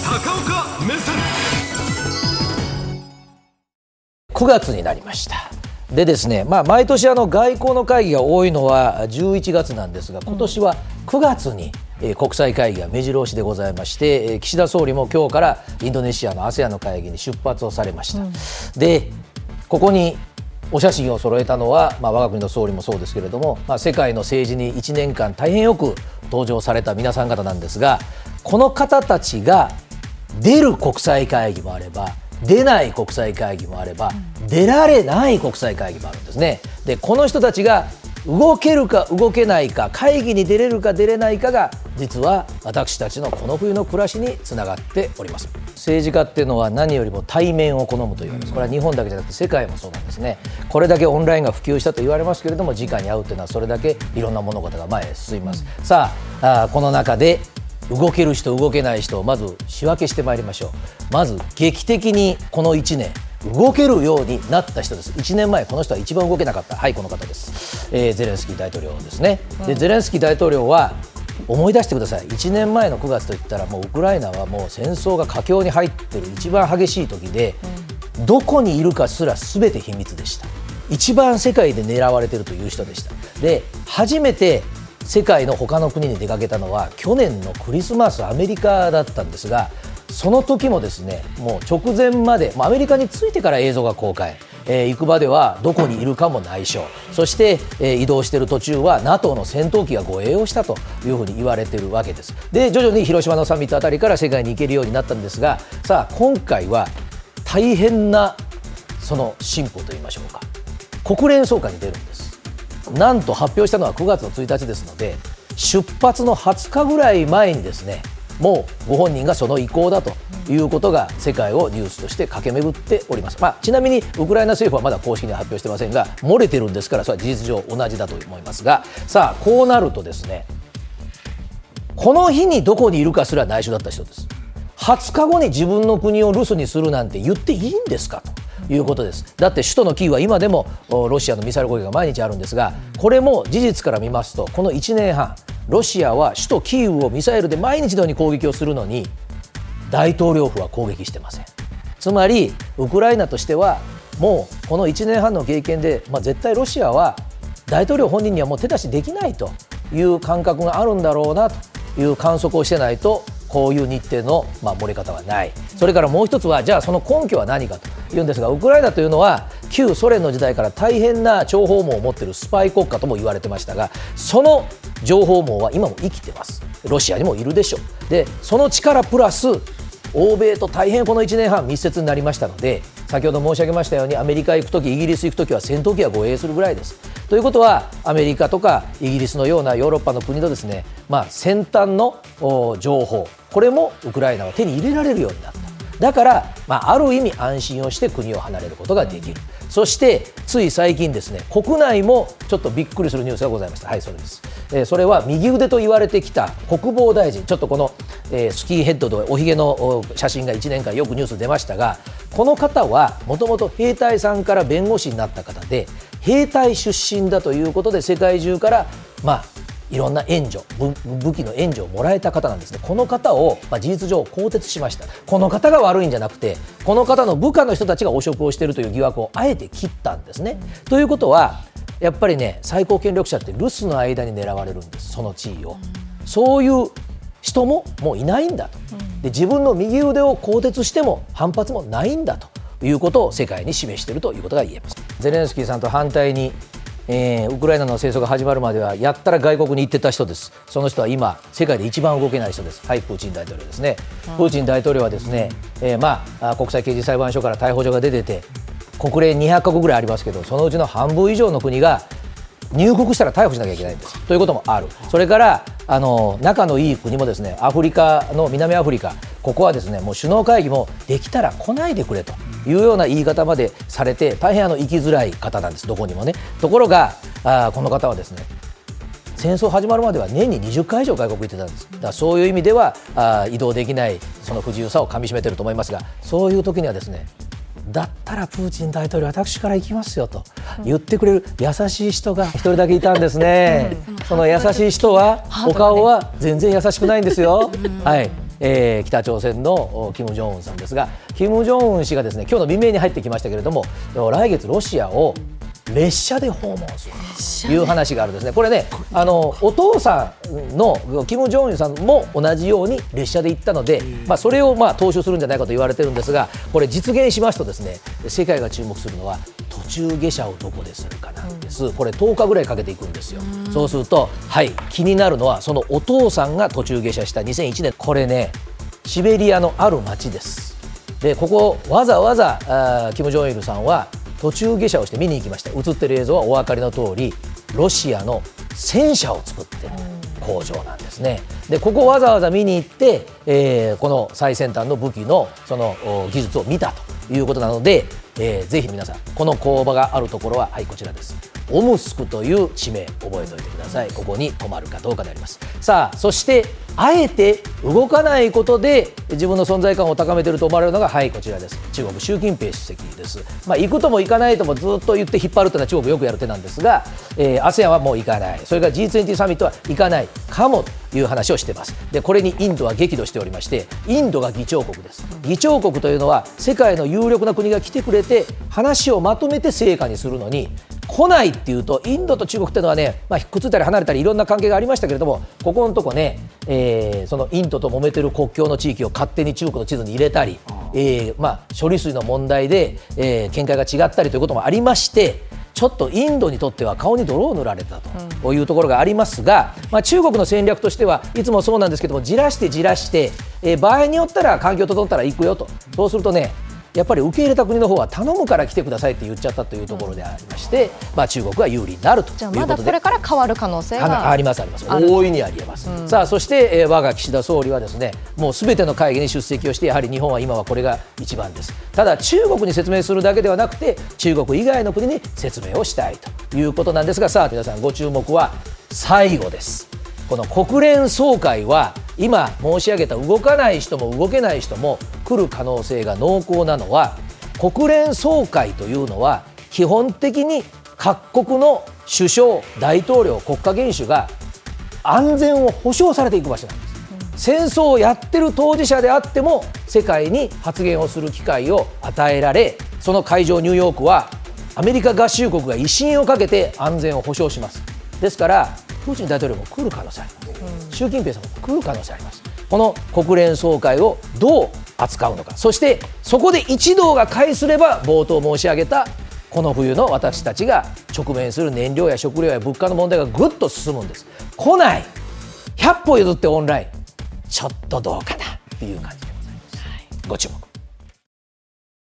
高岡目線。 9月になりました。でですね、毎年外交の会議が多いのは11月なんですが、今年は9月に国際会議が目白押しでございまして、岸田総理も今日からインドネシアの ASEAN の会議に出発をされました。で、ここにお写真を揃えたのは、我が国の総理もそうですけれども、世界の政治に1年間大変よく登場された皆さん方なんですが、この方たちが出る国際会議もあれば、出ない国際会議もあれば、出られない国際会議もあるんですね。で、この人たちが動けるか動けないか、会議に出れるか出れないかが、実は私たちのこの冬の暮らしにつながっております。政治家っていうのは何よりも対面を好むと言われます。これは日本だけじゃなくて世界もそうなんですね。これだけオンラインが普及したと言われますけれども、直に会うというのはそれだけいろんな物事が前へ進みます。さあ、この中で動ける人動けない人をまず仕分けしてまいりましょう。まず劇的にこの1年動けるようになった人です。1年前この人は一番動けなかった、はい、この方です。ゼレンスキー大統領ですね。で、ゼレンスキー大統領は思い出してください。1年前の9月といったら、もうウクライナはもう戦争が佳境に入っている一番激しい時で、どこにいるかすら全て秘密でした。一番世界で狙われているという人でした。で、初めて世界の他の国に出かけたのは去年のクリスマスアメリカだったんですが、その時もですね、もう直前までアメリカに着いてから映像が公開、行く場ではどこにいるかも内緒、そして、移動している途中は NATO の戦闘機が護衛をしたというふうに言われているわけです。で、徐々に広島のサミットあたりから世界に行けるようになったんですが、さあ今回は大変なその進歩といいましょうか、国連総会に出るんです。なんと発表したのは9月の1日ですので、出発の20日ぐらい前にですね、もうご本人がその意向だということが世界をニュースとして駆け巡っております。ちなみにウクライナ政府はまだ公式には発表してませんが、漏れてるんですから、それは事実上同じだと思いますが、さあこうなるとですね、この日にどこにいるかすら内緒だった人です。20日後に自分の国を留守にするなんて言っていいんですかということです。だって首都のキーウは今でもロシアのミサイル攻撃が毎日あるんですが、これも事実から見ますと、この1年半ロシアは首都キーウをミサイルで毎日のように攻撃をするのに、大統領府は攻撃してません。つまりウクライナとしてはもうこの1年半の経験で、絶対ロシアは大統領本人にはもう手出しできないという感覚があるんだろうなという観測をしてないと、こういう日程の漏れ方はない。それからもう一つは、じゃあその根拠は何かというんですが、ウクライナというのは旧ソ連の時代から大変な諜報網を持っているスパイ国家とも言われてましたが、その情報網は今も生きてます。ロシアにもいるでしょう。で、その力プラス欧米と大変この1年半密接になりましたので、先ほど申し上げましたように、アメリカ行くとき、イギリス行くときは戦闘機が護衛するぐらいです。ということは、アメリカとかイギリスのようなヨーロッパの国のですね、先端の情報、これもウクライナは手に入れられるようになった。だから、ある意味安心をして国を離れることができる。そしてつい最近ですね、国内もちょっとびっくりするニュースがございました。はい、それです。それは右腕と言われてきた国防大臣、ちょっとこの、スキンヘッドとおひげの写真が1年間よくニュース出ましたが、この方はもともと兵隊さんから弁護士になった方で、兵隊出身だということで世界中からいろんな援助、武器の援助をもらえた方なんですね。この方を、事実上更迭しました。この方が悪いんじゃなくて、この方の部下の人たちが汚職をしているという疑惑をあえて切ったんですね。ということはやっぱりね、最高権力者って留守の間に狙われるんです。その地位を、そういう人ももういないんだと。で、自分の右腕を更迭しても反発もないんだということを世界に示しているということが言えます。ゼレンスキーさんと反対にウクライナの戦争が始まるまではやったら外国に行ってた人です。その人は今世界で一番動けない人です。はい、プーチン大統領ですね。プーチン大統領はですね、国際刑事裁判所から逮捕状が出てて、国連200カ国ぐらいありますけど、そのうちの半分以上の国が入国したら逮捕しなきゃいけないんですということもある。それから仲のいい国もですね、アフリカの南アフリカ、ここはですね、もう首脳会議もできたら来ないでくれというような言い方までされて、大変生きづらい方なんです、どこにもね。ところがこの方はですね、戦争始まるまでは年に20回以上外国行ってたんです。だからそういう意味では移動できないその不自由さをかみしめていると思いますが、そういう時にはですね、だったらプーチン大統領私から行きますよと言ってくれる優しい人が一人だけいたんですね。その優しい人はお顔は全然優しくないんですよ。はい、 北朝鮮のキム・ジョンウンさんですが、キム・ジョンウン氏がですね、今日の未明に入ってきましたけれども、来月ロシアを列車で訪問するという話があるんですね。これね、お父さんのキム・ジョンウンさんも同じように列車で行ったので、それを踏襲するんじゃないかと言われてるんですが、これ実現しますとですね、世界が注目するのは途中下車をどこでするかなんです。これ10日ぐらいかけていくんですよ。そうすると、気になるのはそのお父さんが途中下車した2001年、これね、シベリアのある町です。でここわざわざキム・ジョンイルさんは途中下車をして見に行きました。映ってる映像はお分かりの通り、ロシアの戦車を作ってる工場なんですね。でここわざわざ見に行って、この最先端の武器のその技術を見たということなので、ぜひ皆さんこの工場があるところは、こちらです。オムスクという地名覚えておいてください。ここに泊まるかどうかであります。さあそしてあえて動かないことで自分の存在感を高めていると思われるのが、こちらです。中国習近平主席です。行くとも行かないともずっと言って引っ張るというのは中国よくやる手なんですが、ASEAN はもう行かない、それから G20 サミットは行かないかもという話をしています。でこれにインドは激怒しておりまして、インドが議長国です。議長国というのは世界の有力な国が来てくれて話をまとめて成果にするのに来ないっていうと、インドと中国っていうのはね、くっついたり離れたりいろんな関係がありましたけれども、ここのとこね、そのインドと揉めてる国境の地域を勝手に中国の地図に入れたり、処理水の問題で、見解が違ったりということもありまして、ちょっとインドにとっては顔に泥を塗られたというところがありますが、中国の戦略としてはいつもそうなんですけども、じらして、場合によったら環境整ったら行くよと。そうするとね、やっぱり受け入れた国の方は頼むから来てくださいって言っちゃったというところでありまして、中国は有利になるということで、 じゃあまだこれから変わる可能性があります。大いにありえます。さあそして、我が岸田総理はですね、もうすべての会議に出席をして、やはり日本は今はこれが一番です。ただ中国に説明するだけではなくて、中国以外の国に説明をしたいということなんですが、さあ皆さんご注目は最後です。この国連総会は今申し上げた動かない人も動けない人も来る可能性が濃厚なのは、国連総会というのは基本的に各国の首相、大統領、国家元首が安全を保障されていく場所なんです。戦争をやってる当事者であっても世界に発言をする機会を与えられ、その会場ニューヨークはアメリカ合衆国が威信をかけて安全を保障します。ですからプーチン大統領も来る可能性あります。習近平さんも来る可能性あります。この国連総会をどう扱うのか、そしてそこで一同が会すれば冒頭申し上げたこの冬の私たちが直面する燃料や食料や物価の問題がぐっと進むんです。来ない、100歩譲ってオンライン、ちょっとどうかなっていう感じでございます。ご注目。